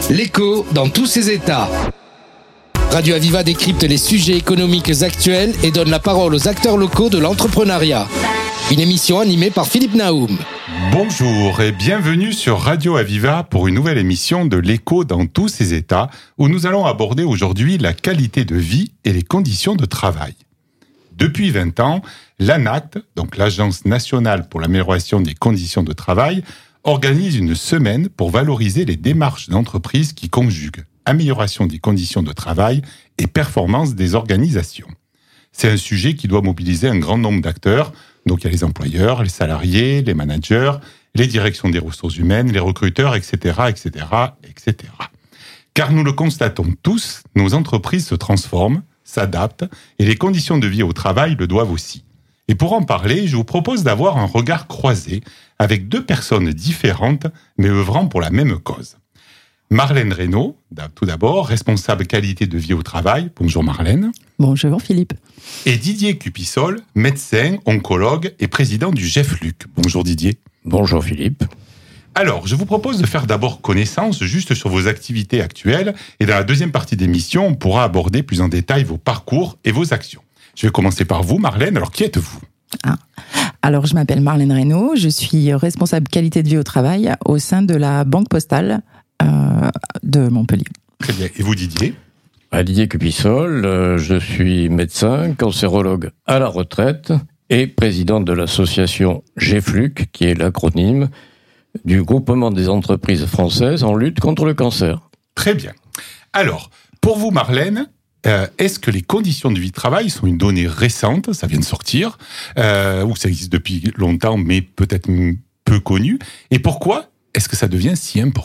L'écho dans tous ses états. Radio Aviva décrypte les sujets économiques actuels et donne la parole aux acteurs locaux de l'entrepreneuriat. Une émission animée par Philippe Naoum. Bonjour et bienvenue sur Radio Aviva pour une nouvelle émission de l'écho dans tous ses états où nous allons aborder aujourd'hui la qualité de vie et les conditions de travail. Depuis 20 ans, l'ANACT, donc l'Agence nationale pour l'amélioration des conditions de travail, organise une semaine pour valoriser les démarches d'entreprises qui conjuguent amélioration des conditions de travail et performance des organisations. C'est un sujet qui doit mobiliser un grand nombre d'acteurs. Donc il y a les employeurs, les salariés, les managers, les directions des ressources humaines, les recruteurs, etc., etc., etc. Car nous le constatons tous, nos entreprises se transforment, s'adaptent, et les conditions de vie au travail le doivent aussi. Et pour en parler, je vous propose d'avoir un regard croisé avec deux personnes différentes, mais œuvrant pour la même cause. Marlène Reynaud, tout d'abord, responsable qualité de vie au travail. Bonjour Marlène. Bonjour Philippe. Et Didier Cupissol, médecin, oncologue et président du GEFLUC. Bonjour Didier. Bonjour Philippe. Alors, je vous propose de faire d'abord connaissance juste sur vos activités actuelles et dans la deuxième partie d'émission, on pourra aborder plus en détail vos parcours et vos actions. Je vais commencer par vous Marlène, alors qui êtes-vous ? Alors, je m'appelle Marlène Reynaud, je suis responsable qualité de vie au travail au sein de la Banque Postale de Montpellier. Très bien. Et vous, Didier ? Didier Cupissol, je suis médecin, cancérologue à la retraite et président de l'association GEFLUC, qui est l'acronyme du groupement des entreprises françaises en lutte contre le cancer. Très bien. Alors, pour vous, Marlène, est-ce que les conditions de vie de travail sont une donnée récente, ça vient de sortir, ou ça existe depuis longtemps, mais peut-être peu connu, et pourquoi est-ce que ça devient si important ?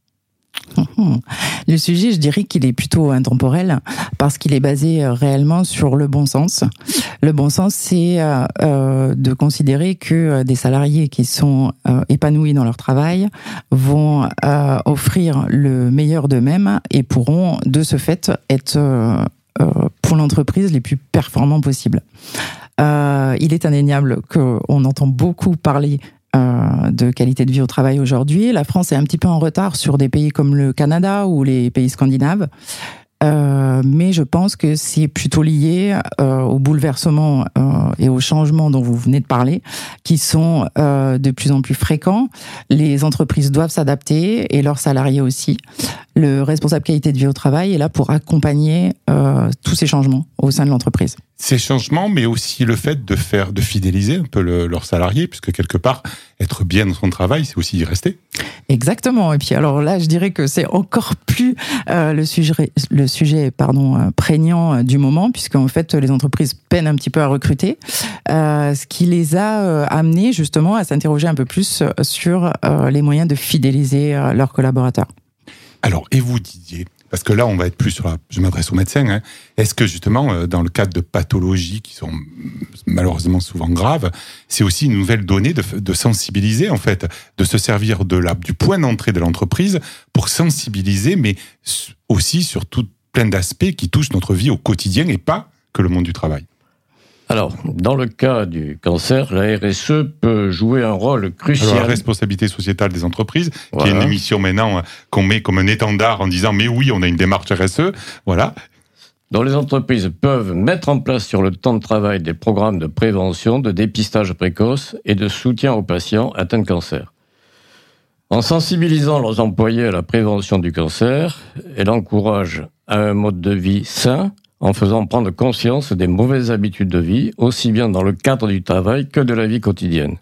Le sujet, je dirais qu'il est plutôt intemporel parce qu'il est basé réellement sur le bon sens. Le bon sens, c'est de considérer que des salariés qui sont épanouis dans leur travail vont offrir le meilleur d'eux-mêmes et pourront, de ce fait, être pour l'entreprise les plus performants possibles. Il est indéniable qu'on entend beaucoup parler de qualité de vie au travail aujourd'hui. La France est un petit peu en retard sur des pays comme le Canada ou les pays scandinaves. Mais je pense que c'est plutôt lié au bouleversement et aux changements dont vous venez de parler, qui sont de plus en plus fréquents. Les entreprises doivent s'adapter et leurs salariés aussi. Le responsable qualité de vie au travail est là pour accompagner tous ces changements au sein de l'entreprise. Ces changements, mais aussi le fait de fidéliser un peu leurs salariés, puisque quelque part, être bien dans son travail, c'est aussi y rester. Exactement. Et puis alors là, je dirais que c'est encore plus le sujet prégnant du moment, puisqu'en fait, les entreprises peinent un petit peu à recruter, ce qui les a amenés justement à s'interroger un peu plus sur les moyens de fidéliser leurs collaborateurs. Alors, et vous, Didier ? Parce que là, on va être plus sur je m'adresse aux médecins. Est-ce que justement, dans le cadre de pathologies qui sont malheureusement souvent graves, c'est aussi une nouvelle donnée de sensibiliser, en fait, de se servir du point d'entrée de l'entreprise pour sensibiliser, mais aussi sur plein d'aspects qui touchent notre vie au quotidien et pas que le monde du travail. Alors, dans le cas du cancer, la RSE peut jouer un rôle crucial. Alors, la responsabilité sociétale des entreprises, voilà. Qui est une émission maintenant qu'on met comme un étendard en disant « mais oui, on a une démarche RSE », voilà. Dont les entreprises peuvent mettre en place sur le temps de travail des programmes de prévention, de dépistage précoce et de soutien aux patients atteints de cancer. En sensibilisant leurs employés à la prévention du cancer, elle encourage à un mode de vie sain, en faisant prendre conscience des mauvaises habitudes de vie, aussi bien dans le cadre du travail que de la vie quotidienne.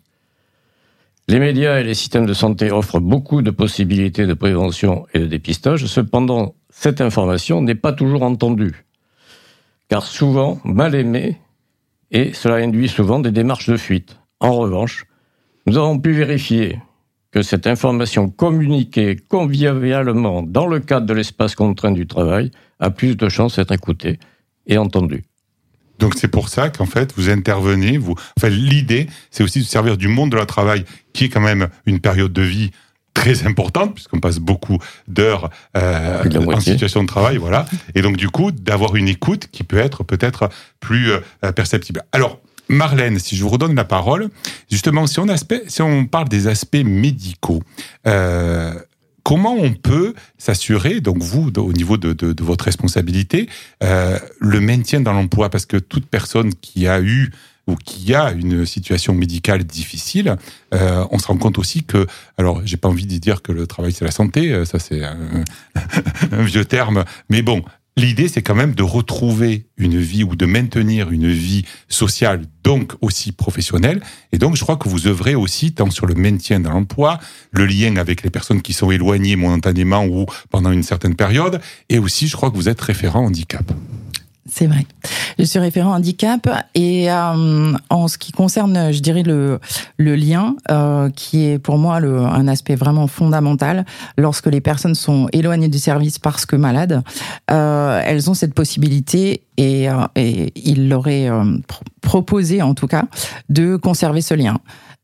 Les médias et les systèmes de santé offrent beaucoup de possibilités de prévention et de dépistage, cependant, cette information n'est pas toujours entendue, car souvent mal aimée, et cela induit souvent des démarches de fuite. En revanche, nous avons pu vérifier que cette information communiquée convivialement dans le cadre de l'espace contraint du travail a plus de chances d'être écoutée et entendue. Donc c'est pour ça qu'en fait vous intervenez, l'idée c'est aussi de servir du monde de la travail qui est quand même une période de vie très importante puisqu'on passe beaucoup d'heures en situation de travail, voilà. Et donc du coup d'avoir une écoute qui peut être peut-être plus perceptible. Alors Marlène, si je vous redonne la parole, justement si on parle des aspects médicaux, comment on peut s'assurer, donc vous, au niveau de votre responsabilité, le maintien dans l'emploi? Parce que toute personne qui a eu ou qui a une situation médicale difficile, on se rend compte aussi que, alors j'ai pas envie de dire que le travail c'est la santé, ça c'est un vieux terme, mais bon, l'idée c'est quand même de retrouver une vie ou de maintenir une vie sociale, donc aussi professionnelle, et donc je crois que vous œuvrez aussi tant sur le maintien dans l'emploi, le lien avec les personnes qui sont éloignées momentanément ou pendant une certaine période, et aussi je crois que vous êtes référent handicap. C'est vrai. Je suis référent handicap et en ce qui concerne, je dirais, le lien, qui est pour moi un aspect vraiment fondamental, lorsque les personnes sont éloignées du service parce que malades, elles ont cette possibilité et il leur est proposé en tout cas de conserver ce lien.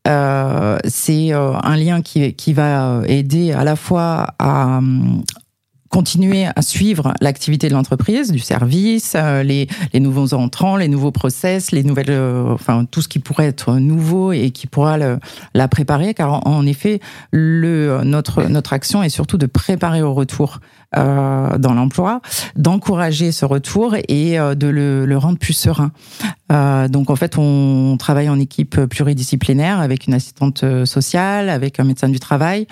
C'est un lien qui va aider à la fois à continuer à suivre l'activité de l'entreprise, du service, les nouveaux entrants, les nouveaux process, les nouvelles, tout ce qui pourrait être nouveau et qui pourra la préparer, car en effet, notre action est surtout de préparer au retour dans l'emploi, d'encourager ce retour et de le rendre plus serein. Donc en fait, on travaille en équipe pluridisciplinaire avec une assistante sociale, avec un médecin du travail,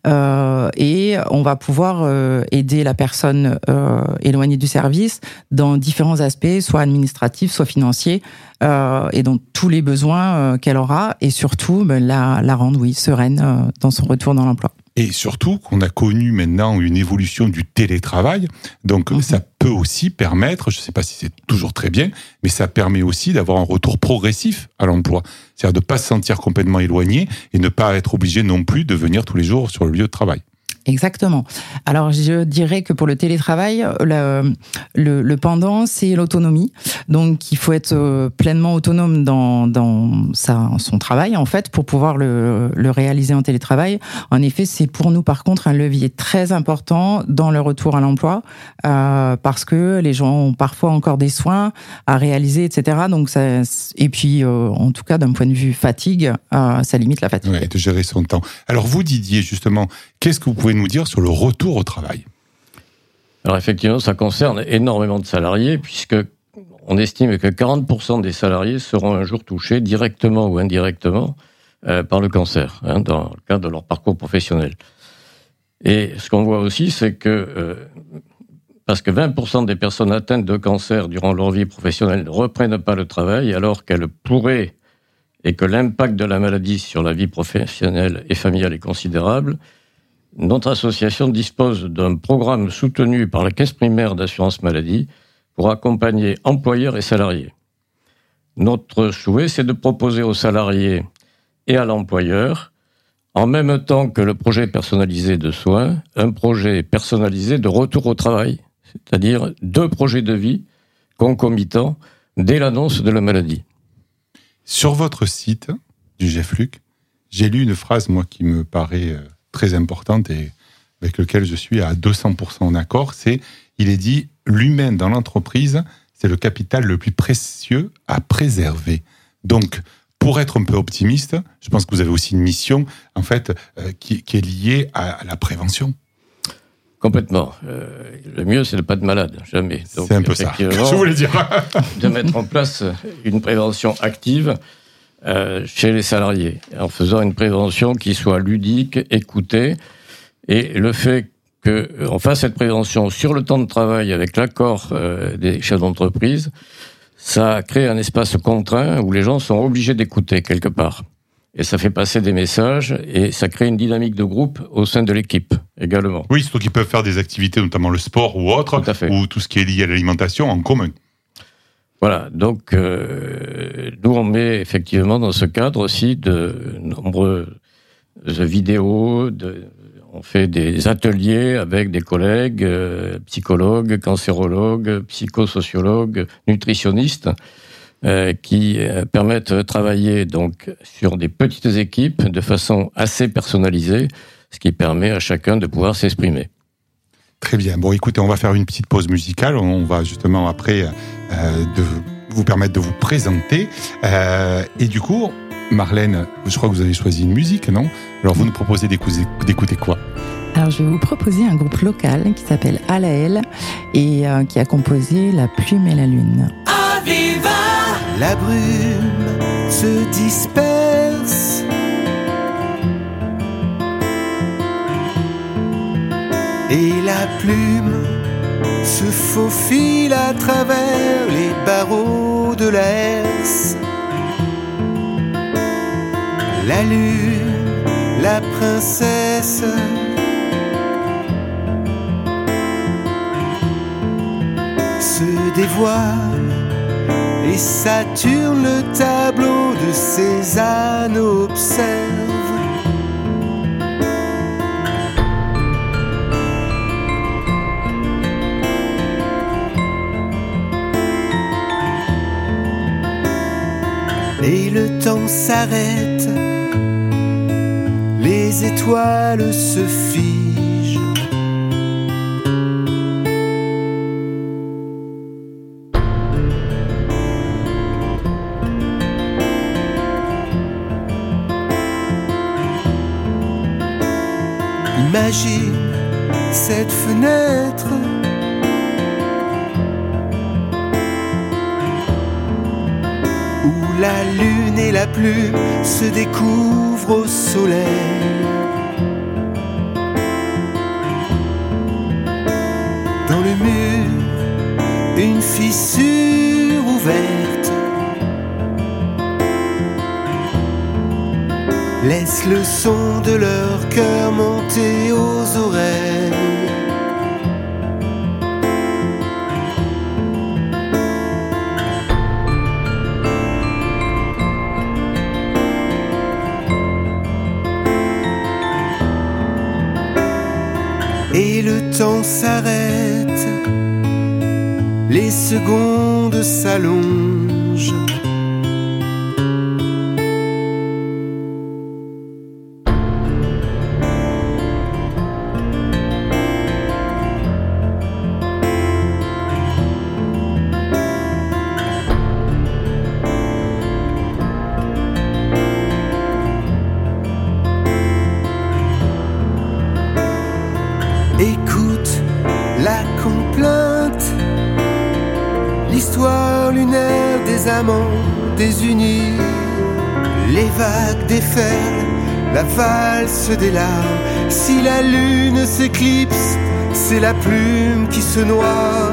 et on va pouvoir aider la personne éloignée du service dans différents aspects, soit administratifs, soit financiers, et dans tous les besoins qu'elle aura, et surtout la rendre sereine dans son retour dans l'emploi. Et surtout qu'on a connu maintenant une évolution du télétravail, donc ça peut aussi permettre, je ne sais pas si c'est toujours très bien, mais ça permet aussi d'avoir un retour progressif à l'emploi. C'est-à-dire de ne pas se sentir complètement éloigné et ne pas être obligé non plus de venir tous les jours sur le lieu de travail. Exactement. Alors, je dirais que pour le télétravail, le pendant, c'est l'autonomie. Donc, il faut être pleinement autonome dans son travail, en fait, pour pouvoir le réaliser en télétravail. En effet, c'est pour nous, par contre, un levier très important dans le retour à l'emploi, parce que les gens ont parfois encore des soins à réaliser, etc. Donc, et puis, en tout cas, d'un point de vue fatigue, ça limite la fatigue. Ouais, de gérer son temps. Alors, vous, Didier, justement, qu'est-ce que vous pouvez nous dire sur le retour au travail? Alors effectivement, ça concerne énormément de salariés, puisque on estime que 40% des salariés seront un jour touchés directement ou indirectement par le cancer, dans le cadre de leur parcours professionnel. Et ce qu'on voit aussi, c'est que parce que 20% des personnes atteintes de cancer durant leur vie professionnelle ne reprennent pas le travail, alors qu'elles pourraient, et que l'impact de la maladie sur la vie professionnelle et familiale est considérable, notre association dispose d'un programme soutenu par la Caisse primaire d'assurance maladie pour accompagner employeurs et salariés. Notre souhait, c'est de proposer aux salariés et à l'employeur, en même temps que le projet personnalisé de soins, un projet personnalisé de retour au travail, c'est-à-dire 2 projets de vie concomitants dès l'annonce de la maladie. Sur votre site du GEFLUC, j'ai lu une phrase, moi, qui me paraît très importante et avec lequel je suis à 200% en accord, il est dit, l'humain dans l'entreprise, c'est le capital le plus précieux à préserver. Donc, pour être un peu optimiste, je pense que vous avez aussi une mission, en fait, qui est liée à la prévention. Complètement. Le mieux, c'est de ne pas être malade, jamais. Donc, c'est un peu ça que je voulais dire. De mettre en place une prévention active chez les salariés, en faisant une prévention qui soit ludique, écoutée, et le fait qu'on fasse cette prévention sur le temps de travail avec l'accord des chefs d'entreprise, ça crée un espace contraint où les gens sont obligés d'écouter quelque part. Et ça fait passer des messages et ça crée une dynamique de groupe au sein de l'équipe également. Oui, surtout qu'ils peuvent faire des activités, notamment le sport ou autre, ou tout ce qui est lié à l'alimentation en commun. Voilà, donc nous on met effectivement dans ce cadre aussi de nombreuses vidéos, on fait des ateliers avec des collègues, psychologues, cancérologues, psychosociologues, nutritionnistes, qui permettent de travailler donc sur des petites équipes de façon assez personnalisée, ce qui permet à chacun de pouvoir s'exprimer. Très bien. Bon, écoutez, on va faire une petite pause musicale. On va justement après de vous permettre de vous présenter. Et du coup, Marlène, je crois que vous avez choisi une musique, non? Alors, vous nous proposez d'écouter quoi? Alors, je vais vous proposer un groupe local qui s'appelle Alaël et qui a composé La Plume et la Lune. Aviva! La brume se disperse et la plume se faufile à travers les barreaux de la herse. La lune, la princesse, se dévoile et Saturne, le tableau de Cézanne, observe. Et le temps s'arrête, les étoiles se figent. Imagine cette fenêtre où la lune et la plume se découvrent au soleil. Dans le mur, une fissure ouverte laisse le son de leur cœur monter aux oreilles. Et le temps s'arrête, les secondes s'allongent. Écoute la complainte, l'histoire lunaire des amants désunis. Les vagues déferlent, la valse des larmes. Si la lune s'éclipse, c'est la plume qui se noie.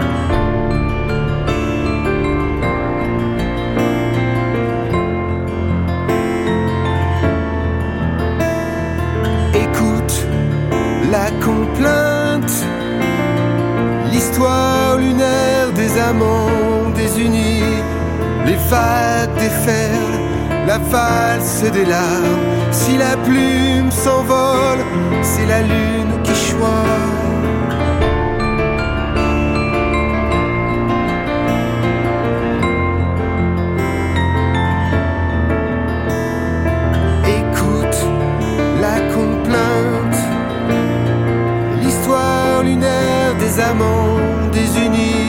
La complainte, l'histoire lunaire des amants désunis. Les vagues déferlent, la valse des larmes. Si la plume s'envole, c'est la lune qui choisit. Des amants désunis.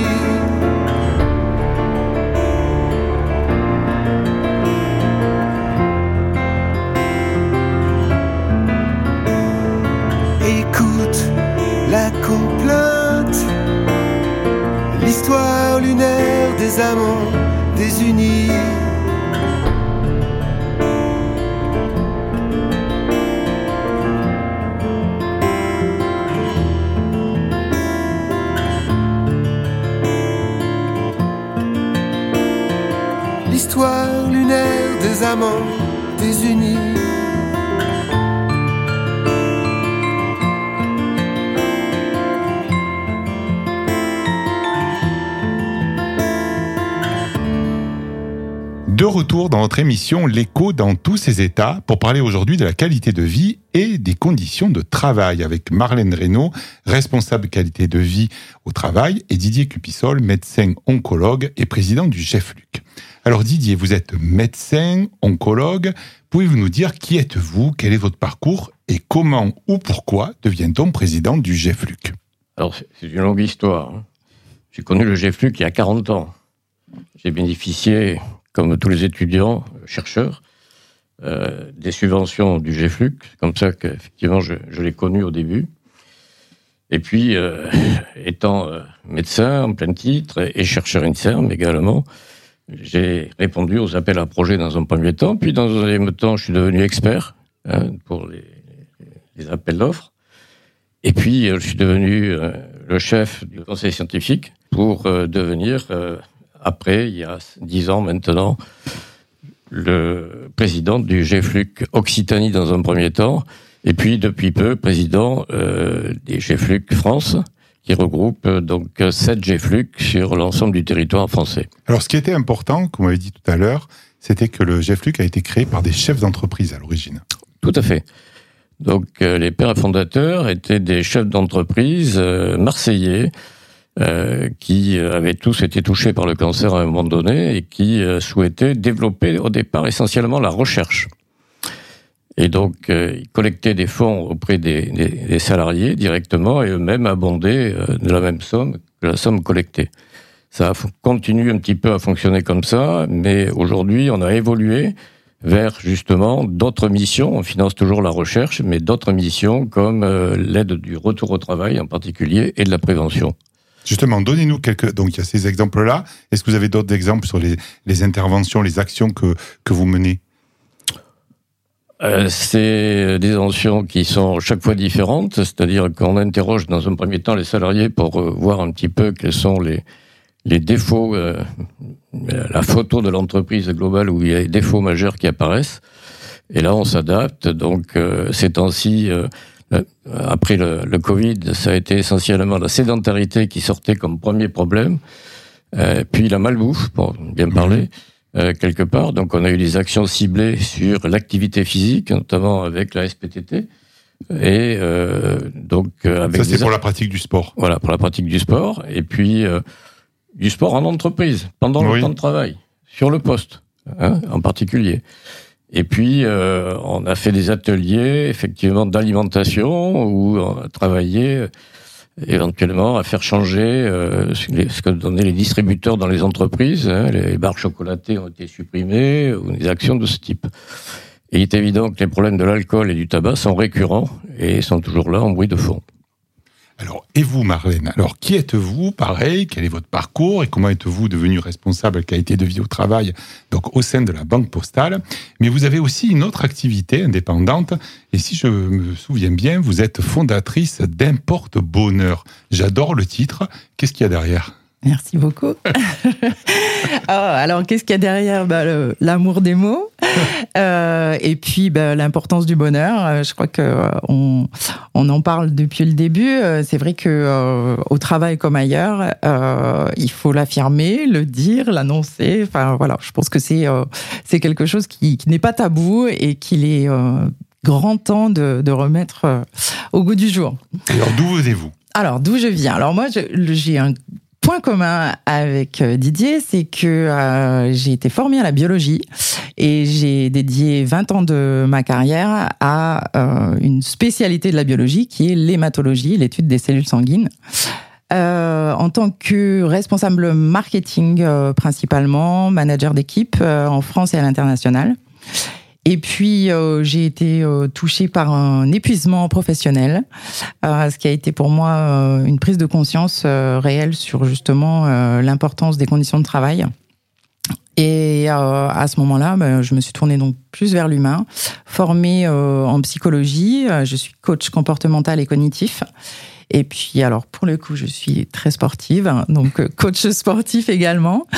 Écoute la complainte, l'histoire lunaire des amants désunis. L'histoire lunaire des amants désunis. De retour dans notre émission L'écho dans tous ses états pour parler aujourd'hui de la qualité de vie et des conditions de travail avec Marlène Reynaud, responsable qualité de vie au travail, et Didier Cupissol, médecin oncologue et président du GEFLUC. Alors Didier, vous êtes médecin, oncologue, pouvez-vous nous dire qui êtes-vous, quel est votre parcours et comment ou pourquoi devient-on président du GEFLUC ? Alors c'est une longue histoire. J'ai connu le GEFLUC il y a 40 ans. J'ai bénéficié, comme tous les étudiants, chercheurs, des subventions du GFLUC, c'est comme ça qu'effectivement je l'ai connu au début. Et puis, étant médecin en plein titre et chercheur INSERM également, j'ai répondu aux appels à projets dans un premier temps, puis dans un deuxième temps, je suis devenu expert pour les appels d'offres. Et puis, je suis devenu le chef du conseil scientifique pour devenir, après, il y a 10 ans maintenant, le président du GFLUC Occitanie dans un premier temps, et puis depuis peu président des GFLUC France, qui regroupe donc 7 GFLUC sur l'ensemble du territoire français. Alors ce qui était important, comme on avait dit tout à l'heure, c'était que le GFLUC a été créé par des chefs d'entreprise à l'origine. Tout à fait. Donc les pères fondateurs étaient des chefs d'entreprise marseillais, qui avaient tous été touchés par le cancer à un moment donné et qui souhaitaient développer au départ essentiellement la recherche. Et donc, ils collectaient des fonds auprès des salariés directement et eux-mêmes abondaient de la même somme que la somme collectée. Ça continue un petit peu à fonctionner comme ça, mais aujourd'hui, on a évolué vers justement d'autres missions. On finance toujours la recherche, mais d'autres missions comme l'aide du retour au travail en particulier et de la prévention. Justement, donnez-nous quelques... Donc, il y a ces exemples-là. Est-ce que vous avez d'autres exemples sur les interventions, les actions que vous menez ? C'est des actions qui sont chaque fois différentes, c'est-à-dire qu'on interroge dans un premier temps les salariés pour voir un petit peu quels sont les défauts, la photo de l'entreprise globale où il y a des défauts majeurs qui apparaissent. Et là, on s'adapte. Donc, ces temps-ci, après le Covid, ça a été essentiellement la sédentarité qui sortait comme premier problème, puis la malbouffe, pour bien parler. Quelque part. Donc, on a eu des actions ciblées sur l'activité physique, notamment avec la SPTT. Et donc, avec ça, c'est pour la pratique du sport. Voilà, pour la pratique du sport. Et puis, du sport en entreprise, pendant le temps de travail, sur le poste, en particulier. Et puis, on a fait des ateliers, effectivement, d'alimentation, où on a travaillé éventuellement à faire changer ce que donnaient les distributeurs dans les entreprises. Les barres chocolatées ont été supprimées, ou des actions de ce type. Et il est évident que les problèmes de l'alcool et du tabac sont récurrents et sont toujours là en bruit de fond. Alors, et vous, Marlène ? Alors, qui êtes-vous ? Pareil, quel est votre parcours et comment êtes-vous devenu responsable qualité de vie au travail, donc au sein de la Banque Postale ? Mais vous avez aussi une autre activité indépendante. Et si je me souviens bien, vous êtes fondatrice d'Importe Bonheur. J'adore le titre. Qu'est-ce qu'il y a derrière ? Merci beaucoup. Alors, qu'est-ce qu'il y a derrière ? L'amour des mots. Et puis, l'importance du bonheur. Je crois qu'on en parle depuis le début. C'est vrai que au travail comme ailleurs, il faut l'affirmer, le dire, l'annoncer. Enfin, voilà. Je pense que c'est quelque chose qui n'est pas tabou et qu'il est grand temps de remettre au goût du jour. Alors, d'où venez-vous ? Alors, d'où je viens ? Alors, moi, j'ai un point commun avec Didier, c'est que j'ai été formée à la biologie et j'ai dédié 20 ans de ma carrière à une spécialité de la biologie qui est l'hématologie, l'étude des cellules sanguines. En tant que responsable marketing principalement, manager d'équipe en France et à l'international. Et puis, j'ai été touchée par un épuisement professionnel, ce qui a été pour moi une prise de conscience réelle sur justement l'importance des conditions de travail. Et à ce moment-là, je me suis tournée donc plus vers l'humain, formée en psychologie. Je suis coach comportemental et cognitif. Et puis, alors, pour le coup, je suis très sportive, donc coach sportif également.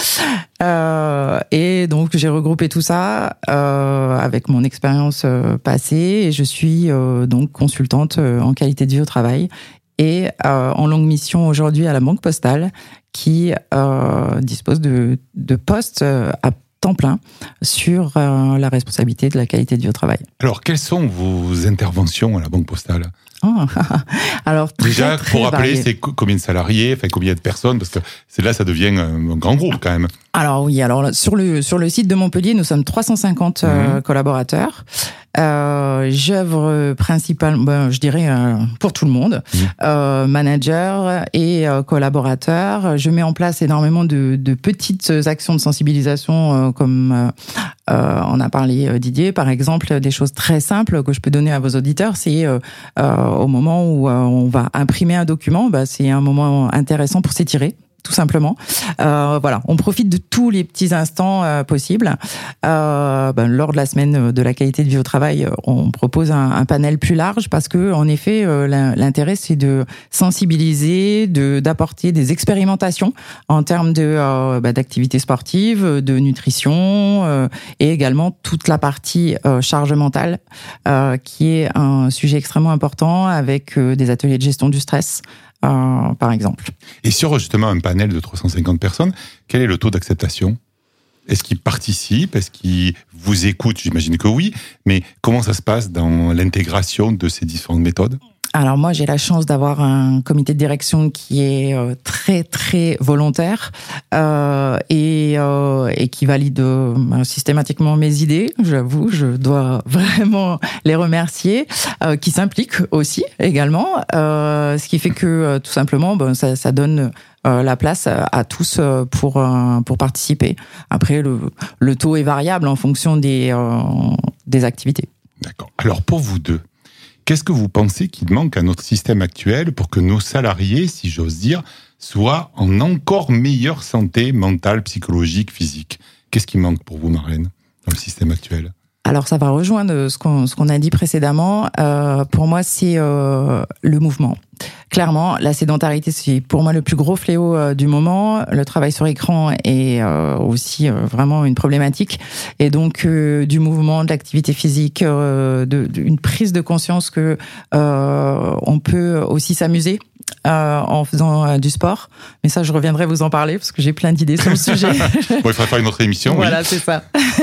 Et donc, j'ai regroupé tout ça avec mon expérience passée. Et je suis donc consultante en qualité de vie au travail et en longue mission aujourd'hui à la Banque Postale qui dispose de postes à temps plein sur la responsabilité de la qualité de vie au travail. Alors, quelles sont vos interventions à la Banque Postale ? Alors, déjà, très pour rappeler, varié. c'est combien de salariés, enfin combien de personnes, parce que c'est là, ça devient un grand groupe quand même. Alors oui, sur le site de Montpellier, nous sommes 350 collaborateurs. J'œuvre principalement, je dirais, pour tout le monde, manager et collaborateurs. Je mets en place énormément de petites actions de sensibilisation, comme on a parlé Didier, par exemple, des choses très simples que je peux donner à vos auditeurs. C'est au moment où on va imprimer un document, c'est un moment intéressant pour s'étirer. Tout simplement. Voilà, on profite de tous les petits instants possibles. Lors de la semaine de la qualité de vie au travail, on propose un panel plus large parce que, en effet, l'intérêt c'est de sensibiliser, d'apporter des expérimentations en termes d'activités sportives, de nutrition et également toute la partie charge mentale qui est un sujet extrêmement important avec des ateliers de gestion du stress. Par exemple. Et sur justement un panel de 350 personnes, quel est le taux d'acceptation ? Est-ce qu'ils participent ? Est-ce qu'ils vous écoutent ? J'imagine que oui, mais comment ça se passe dans l'intégration de ces différentes méthodes ? Alors moi, j'ai la chance d'avoir un comité de direction qui est très très volontaire et qui valide systématiquement mes idées. J'avoue, je dois vraiment les remercier, qui s'impliquent aussi également, ce qui fait que tout simplement, ça donne la place à tous pour participer. Après, le taux est variable en fonction des activités. D'accord. Alors pour vous deux, qu'est-ce que vous pensez qu'il manque à notre système actuel pour que nos salariés, si j'ose dire, soient en encore meilleure santé mentale, psychologique, physique ? Qu'est-ce qui manque pour vous, Marlène, dans le système actuel ? Alors, ça va rejoindre ce qu'on a dit précédemment. Pour moi, c'est le mouvement. Clairement, la sédentarité, c'est pour moi le plus gros fléau du moment. Le travail sur écran est aussi vraiment une problématique. Et donc, du mouvement, de l'activité physique, une prise de conscience que on peut aussi s'amuser en faisant du sport. Mais ça, je reviendrai vous en parler parce que j'ai plein d'idées sur le sujet. Bon, il faudra faire une autre émission. Voilà, oui. C'est ça.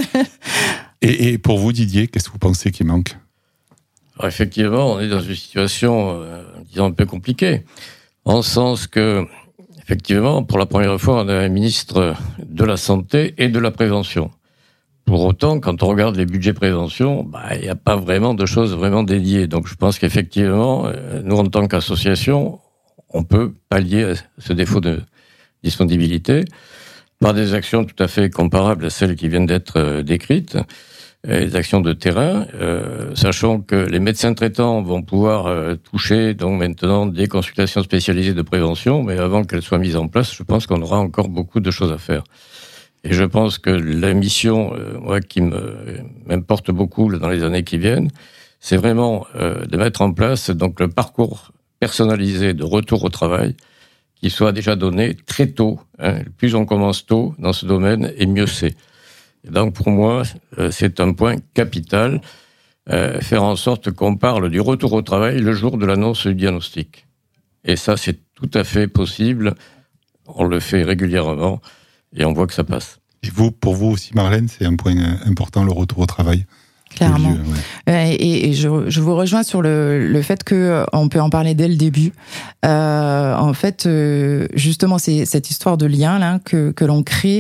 Et pour vous, Didier, qu'est-ce que vous pensez qui manque ? Alors effectivement, on est dans une situation, disons, un peu compliquée, en sens que, effectivement, pour la première fois, on a un ministre de la Santé et de la Prévention. Pour autant, quand on regarde les budgets prévention, il n'y a pas vraiment de choses vraiment dédiées. Donc je pense qu'effectivement, nous, en tant qu'association, on peut pallier ce défaut de disponibilité par des actions tout à fait comparables à celles qui viennent d'être décrites, les actions de terrain, sachant que les médecins traitants vont pouvoir toucher donc maintenant des consultations spécialisées de prévention, mais avant qu'elles soient mises en place, je pense qu'on aura encore beaucoup de choses à faire. Et je pense que la mission, moi, qui m'importe beaucoup dans les années qui viennent, c'est vraiment de mettre en place donc le parcours personnalisé de retour au travail, qui soit déjà donné très tôt. Plus on commence tôt dans ce domaine, et mieux c'est. Et donc pour moi, c'est un point capital, faire en sorte qu'on parle du retour au travail le jour de l'annonce du diagnostic. Et ça, c'est tout à fait possible. On le fait régulièrement et on voit que ça passe. Et vous, pour vous aussi, Marlène, c'est un point important, le retour au travail ? Clairement. Et je vous rejoins sur le fait que on peut en parler dès le début. En fait, justement, c'est cette histoire de lien là que l'on crée.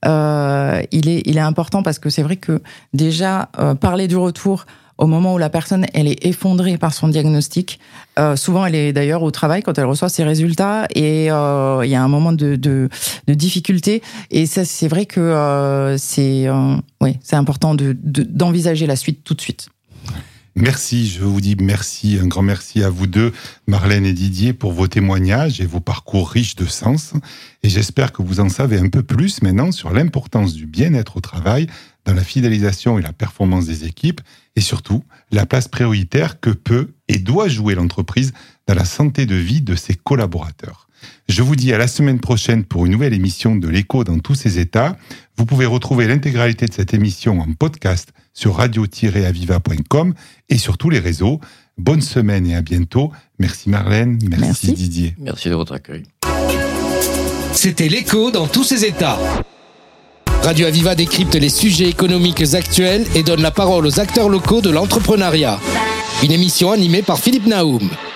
Il est important parce que c'est vrai que déjà parler du retour au moment où la personne elle est effondrée par son diagnostic, souvent elle est d'ailleurs au travail quand elle reçoit ses résultats et il y a un moment de difficulté et ça c'est vrai que c'est important d'envisager la suite tout de suite. Merci, je vous dis merci, un grand merci à vous deux, Marlène et Didier, pour vos témoignages et vos parcours riches de sens. Et j'espère que vous en savez un peu plus maintenant sur l'importance du bien-être au travail dans la fidélisation et la performance des équipes et surtout la place prioritaire que peut et doit jouer l'entreprise dans la santé de vie de ses collaborateurs. Je vous dis à la semaine prochaine pour une nouvelle émission de l'Écho dans tous ses états. Vous pouvez retrouver l'intégralité de cette émission en podcast sur radio-aviva.com et sur tous les réseaux. Bonne semaine et à bientôt. Merci Marlène, merci Didier. Merci de votre accueil. C'était l'Écho dans tous ses états. Radio Aviva décrypte les sujets économiques actuels et donne la parole aux acteurs locaux de l'entrepreneuriat. Une émission animée par Philippe Naoum.